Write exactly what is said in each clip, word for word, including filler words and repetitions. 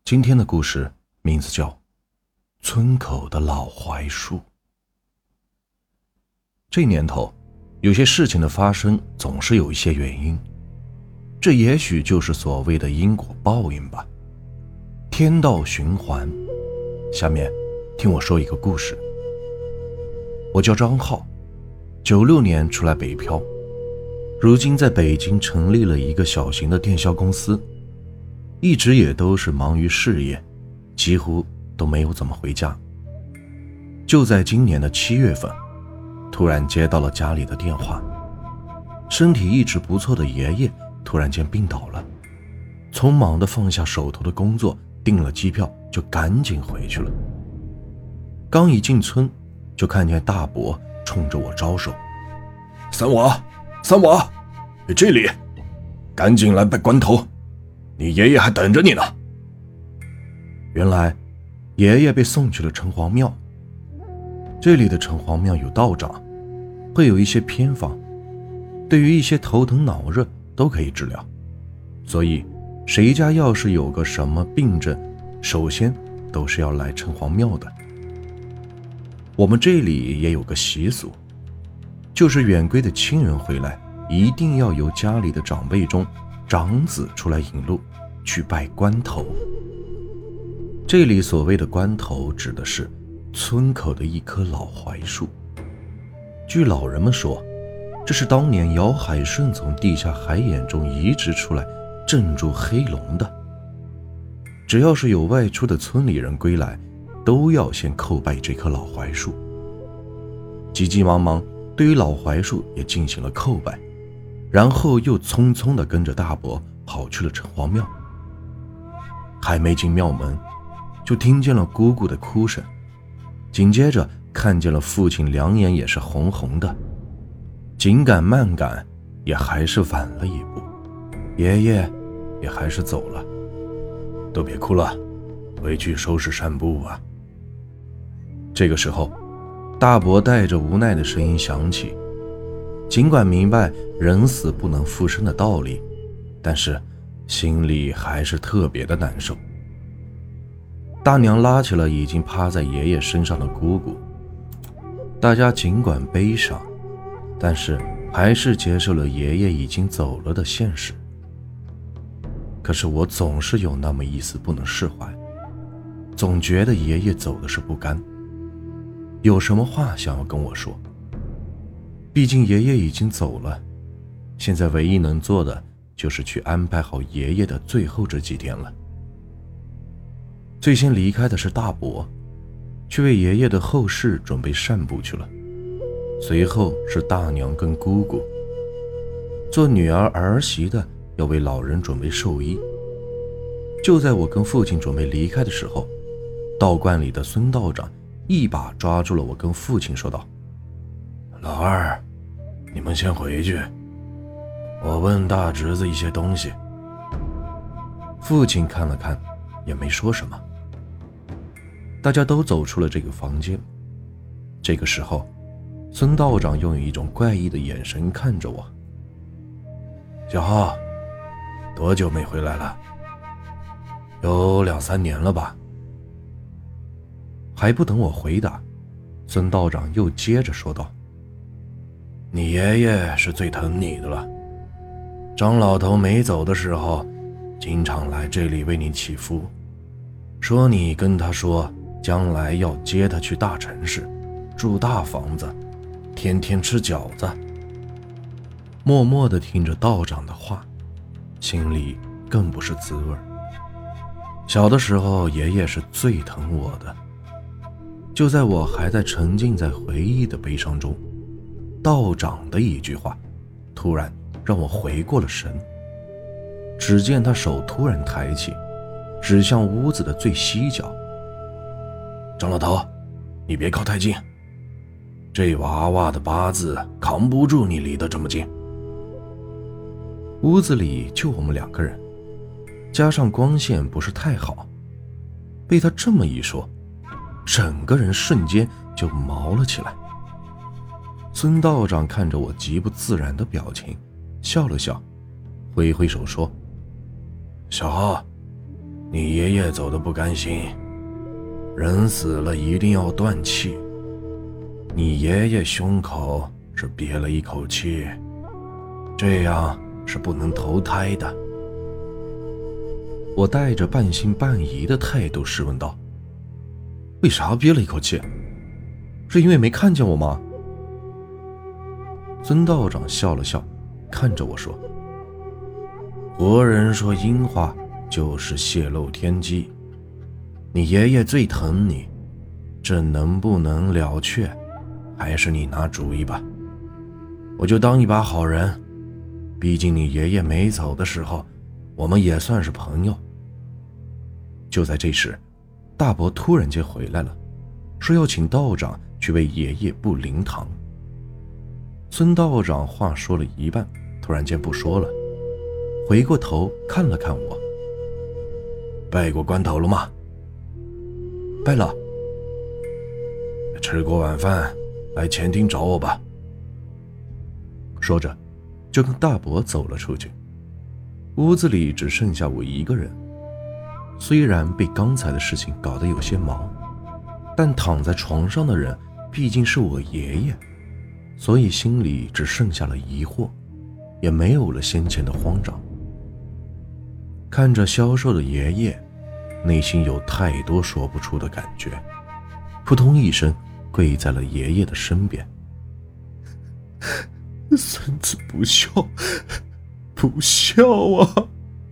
今天的故事名字叫《村口的老槐树》。这年头，有些事情的发生总是有一些原因，这也许就是所谓的因果报应吧。天道循环。下面听我说一个故事。我叫张浩，九六年出来北漂，如今在北京成立了一个小型的电销公司，一直也都是忙于事业，几乎都没有怎么回家。就在今年的七月份，突然接到了家里的电话，身体一直不错的爷爷突然间病倒了，匆忙地放下手头的工作，订了机票就赶紧回去了。刚一进村，就看见大伯冲着我招手：“ 三娃，三娃，这里，赶紧来拜关头，你爷爷还等着你呢。” 原来爷爷被送去了城隍庙，这里的城隍庙有道长，会有一些偏方，对于一些头疼脑热都可以治疗，所以谁家要是有个什么病症，首先都是要来城隍庙的。我们这里也有个习俗，就是远归的亲人回来，一定要由家里的长辈中长子出来引路去拜关头。这里所谓的关头指的是村口的一棵老槐树，据老人们说，这是当年姚海顺从地下海眼中移植出来镇住黑龙的。只要是有外出的村里人归来，都要先叩拜这棵老槐树。急急忙忙对于老槐树也进行了叩拜，然后又匆匆地跟着大伯跑去了城隍庙。还没进庙门，就听见了姑姑的哭声，紧接着看见了父亲两眼也是红红的。紧赶慢赶，也还是晚了一步，爷爷也还是走了。 都别哭了，回去收拾善布啊。 这个时候，大伯带着无奈的声音响起，尽管明白人死不能复生的道理，但是心里还是特别的难受。大娘拉起了已经趴在爷爷身上的姑姑，大家尽管悲伤，但是还是接受了爷爷已经走了的现实。可是我总是有那么一丝不能释怀，总觉得爷爷走的是不甘，有什么话想要跟我说。毕竟爷爷已经走了，现在唯一能做的就是去安排好爷爷的最后这几天了。最先离开的是大伯，去为爷爷的后事准备善布去了，随后是大娘跟姑姑，做女儿儿媳的要为老人准备寿衣。就在我跟父亲准备离开的时候，道观里的孙道长一把抓住了我跟父亲，说道：“ 老二，你们先回去，我问大侄子一些东西。” 父亲看了看，也没说什么。大家都走出了这个房间。这个时候，孙道长用一种怪异的眼神看着我：“ 小浩，多久没回来了？有两三年了吧？” 还不等我回答，孙道长又接着说道：“ 你爷爷是最疼你的了，张老头没走的时候，经常来这里为你祈福，说你跟他说将来要接他去大城市，住大房子，天天吃饺子。” 默默地听着道长的话，心里更不是滋味。小的时候，爷爷是最疼我的。就在我还在沉浸在回忆的悲伤中，道长的一句话突然让我回过了神。只见他手突然抬起，指向屋子的最西角：“ 张老头，你别靠太近，这娃娃的八字扛不住你离得这么近。” 屋子里就我们两个人，加上光线不是太好，被他这么一说，整个人瞬间就毛了起来。孙道长看着我极不自然的表情，笑了笑，挥挥手说：“ 小浩， 你爷爷走得不甘心，人死了一定要断气。你爷爷胸口是憋了一口气，这样是不能投胎的。 我带着半信半疑的态度质问道：为啥憋了一口气？是因为没看见我吗？孙道长笑了笑，看着我说： 国人说阴话就是泄露天机，你爷爷最疼你，这能不能了却还是你拿主意吧。我就当一把好人，毕竟你爷爷没走的时候我们也算是朋友。 就在这时，大伯突然间回来了，说要请道长去为爷爷布灵堂。孙道长话说了一半，突然间不说了，回过头看了看我： 拜过关头了吗？ 拜了。 吃过晚饭来前厅找我吧。 说着就跟大伯走了出去。屋子里只剩下我一个人，虽然被刚才的事情搞得有些毛，但躺在床上的人毕竟是我爷爷，所以心里只剩下了疑惑，也没有了先前的慌张。看着消瘦的爷爷，内心有太多说不出的感觉，扑通一声跪在了爷爷的身边。孙子不孝，不孝啊！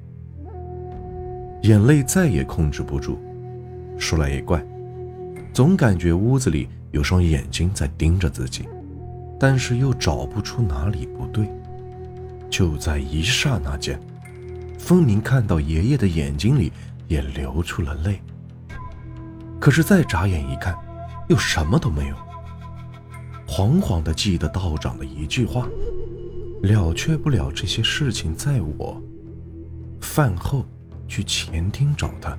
眼泪再也控制不住。说来也怪，总感觉屋子里有双眼睛在盯着自己，但是又找不出哪里不对。就在一刹那间，分明看到爷爷的眼睛里也流出了泪，可是再眨眼一看，又什么都没有。惶惶地记得道长的一句话，了却不了这些事情，在我饭后去前厅找他。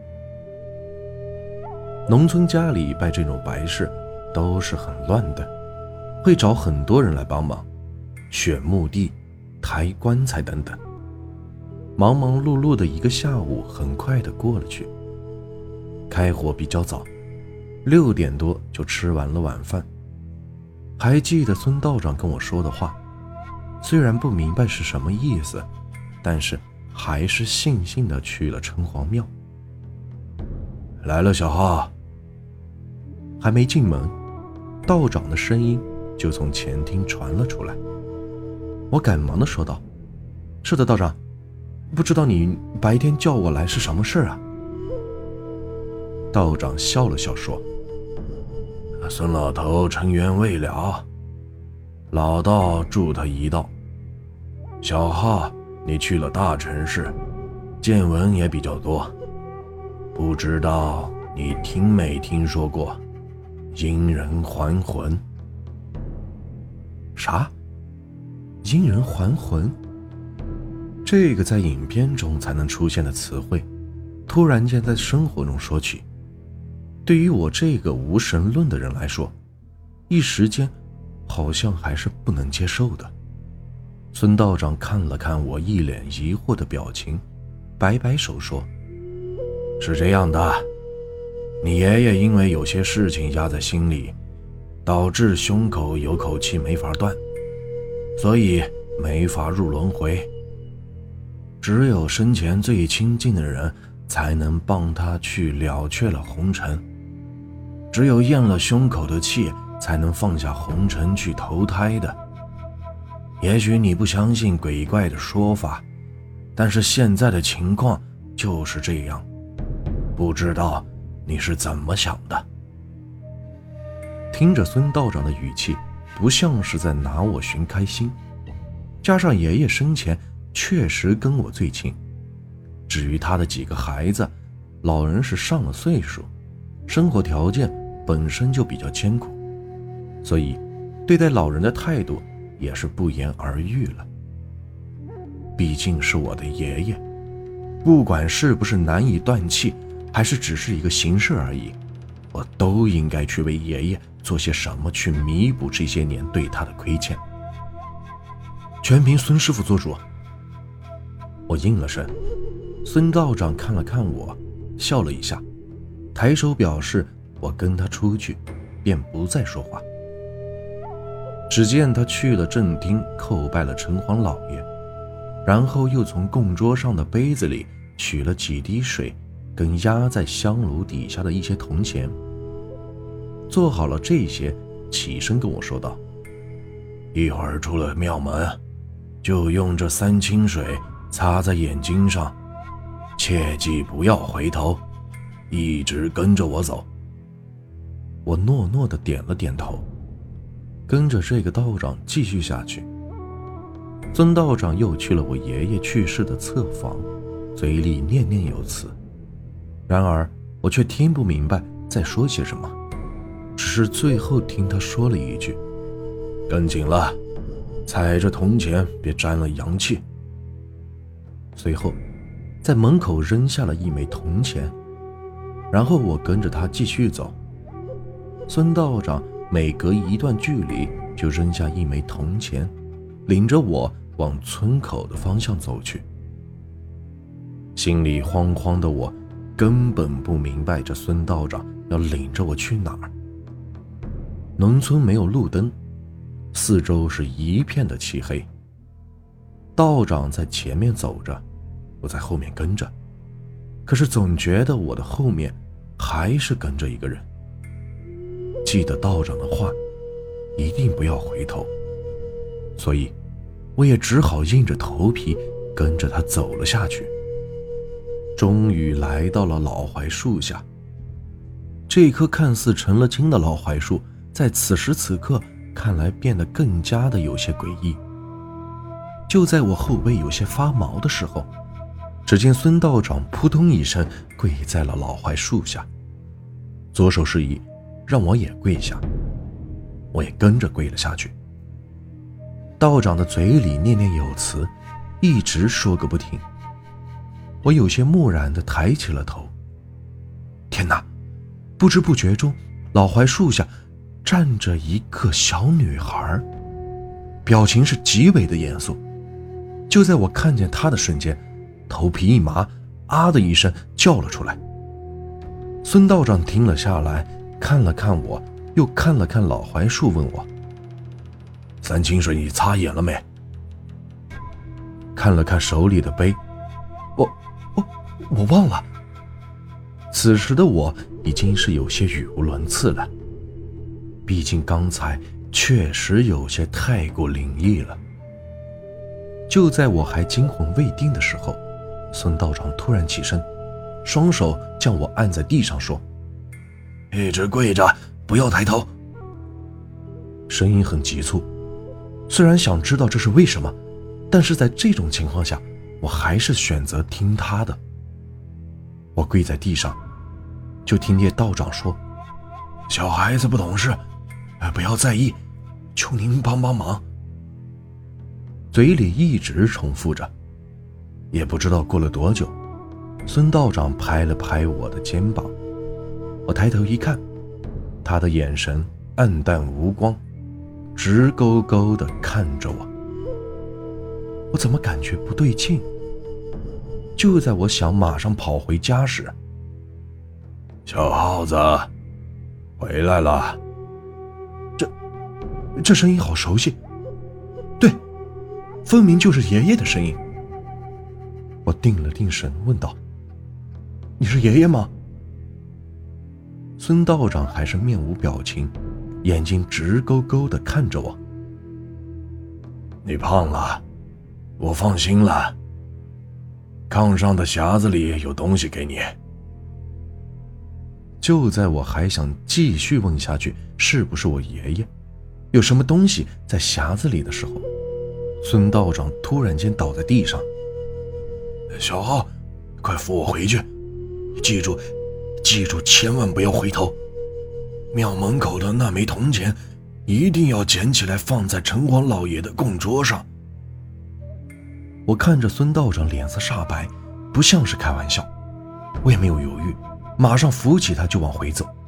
农村家里办这种白事都是很乱的，会找很多人来帮忙，选墓地、抬棺材等等。忙忙碌碌的一个下午很快的过了去。开火比较早，六点多就吃完了晚饭。还记得孙道长跟我说的话，虽然不明白是什么意思，但是还是悻悻地去了城隍庙。 来了，小浩。 还没进门，道长的声音就从前厅传了出来。我赶忙地说道：是的，道长，不知道你白天叫我来是什么事啊？道长笑了笑说： 孙老头成缘未了，老道助他一道。小浩，你去了大城市，见闻也比较多，不知道你听没听说过阴人还魂？ 啥？阴人还魂？这个在影片中才能出现的词汇，突然间在生活中说起，对于我这个无神论的人来说，一时间好像还是不能接受的。孙道长看了看我一脸疑惑的表情，摆摆手说： 是这样的，你爷爷因为有些事情压在心里，导致胸口有口气没法断，所以没法入轮回。只有生前最亲近的人才能帮他去了却了红尘，只有咽了胸口的气才能放下红尘去投胎的。也许你不相信鬼怪的说法，但是现在的情况就是这样，不知道你是怎么想的？ 听着孙道长的语气，不像是在拿我寻开心，加上爷爷生前确实跟我最亲，至于他的几个孩子，老人是上了岁数，生活条件本身就比较艰苦，所以对待老人的态度也是不言而喻了。毕竟是我的爷爷，不管是不是难以断气，还是只是一个形式而已，我都应该去为爷爷做些什么，去弥补这些年对他的亏欠。全凭孙师傅做主。我应了声， 孙道长看了看我，笑了一下，抬手表示我跟他出去，便不再说话。只见他去了正厅叩拜了城隍老爷，然后又从供桌上的杯子里取了几滴水跟压在香炉底下的一些铜钱。做好了这些，起身跟我说道： 一会儿出了庙门，就用这三清水擦在眼睛上，切记不要回头，一直跟着我走。 我诺诺地点了点头，跟着这个道长继续下去。孙道长又去了我爷爷去世的侧房，嘴里念念有词，然而我却听不明白在说些什么，只是最后听他说了一句： 跟紧了，踩着铜钱别沾了阳气。 随后在门口扔下了一枚铜钱，然后我跟着他继续走。孙道长每隔一段距离就扔下一枚铜钱，领着我往村口的方向走去。心里慌慌的我根本不明白这孙道长要领着我去哪儿。农村没有路灯，四周是一片的漆黑。道长在前面走着，我在后面跟着，可是总觉得我的后面还是跟着一个人。记得道长的话，一定不要回头，所以我也只好硬着头皮跟着他走了下去。终于来到了老槐树下，这棵看似成了精的老槐树在此时此刻看来变得更加的有些诡异。就在我后背有些发毛的时候，只见孙道长扑通一声跪在了老槐树下，左手示意让我也跪下，我也跟着跪了下去。道长的嘴里念念有词，一直说个不停。我有些木然地抬起了头，天哪，不知不觉中，老槐树下站着一个小女孩，表情是极为的严肃。就在我看见她的瞬间，头皮一麻，啊的一声叫了出来。孙道长听了下来，看了看我，又看了看老槐树，问我： 三清水你擦眼了没？ 看了看手里的杯，我我我忘了。此时的我已经是有些语无伦次了，毕竟刚才确实有些太过灵异了。就在我还惊魂未定的时候，孙道长突然起身，双手将我按在地上说： 一直跪着，不要抬头。 声音很急促，虽然想知道这是为什么，但是在这种情况下，我还是选择听他的。我跪在地上，就听见道长说： 小孩子不懂事，不要在意，求您帮帮忙。 嘴里一直重复着。也不知道过了多久，孙道长拍了拍我的肩膀，我抬头一看，他的眼神暗淡无光，直勾勾地看着我。我怎么感觉不对劲？就在我想马上跑回家时， 小耗子回来了。 这这声音好熟悉，对，分明就是爷爷的声音。我定了定神，问道：你是爷爷吗？孙道长还是面无表情，眼睛直勾勾地看着我。 你胖了，我放心了。炕上的匣子里有东西给你。 就在我还想继续问下去是不是我爷爷，有什么东西在匣子里的时候，孙道长突然间倒在地上。 小浩，快扶我回去，记住记住千万不要回头，庙门口的那枚铜钱一定要捡起来放在城隍老爷的供桌上。 我看着孙道长脸色煞白，不像是开玩笑，我也没有犹豫，马上扶起他就往回走。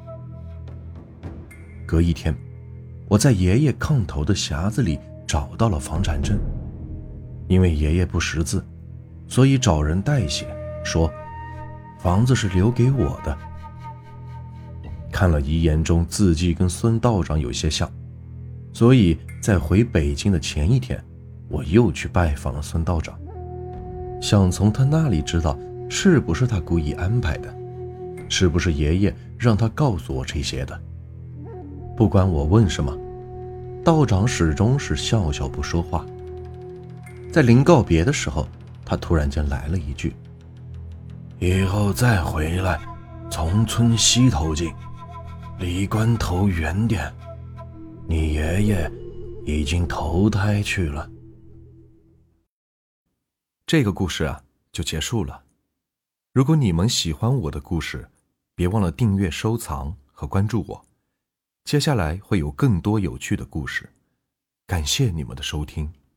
隔一天，我在爷爷炕头的匣子里找到了房产证，因为爷爷不识字，所以找人代写， 说房子是留给我的。看了遗言中字迹跟孙道长有些像，所以在回北京的前一天，我又去拜访了孙道长，想从他那里知道是不是他故意安排的，是不是爷爷让他告诉我这些的。不管我问什么，道长始终是笑笑不说话。在临告别的时候，他突然间来了一句： 以后再回来，从村西头进，离关头远点，你爷爷已经投胎去了。 这个故事啊，就结束了。如果你们喜欢我的故事，别忘了订阅、收藏和关注我。接下来会有更多有趣的故事，感谢你们的收听。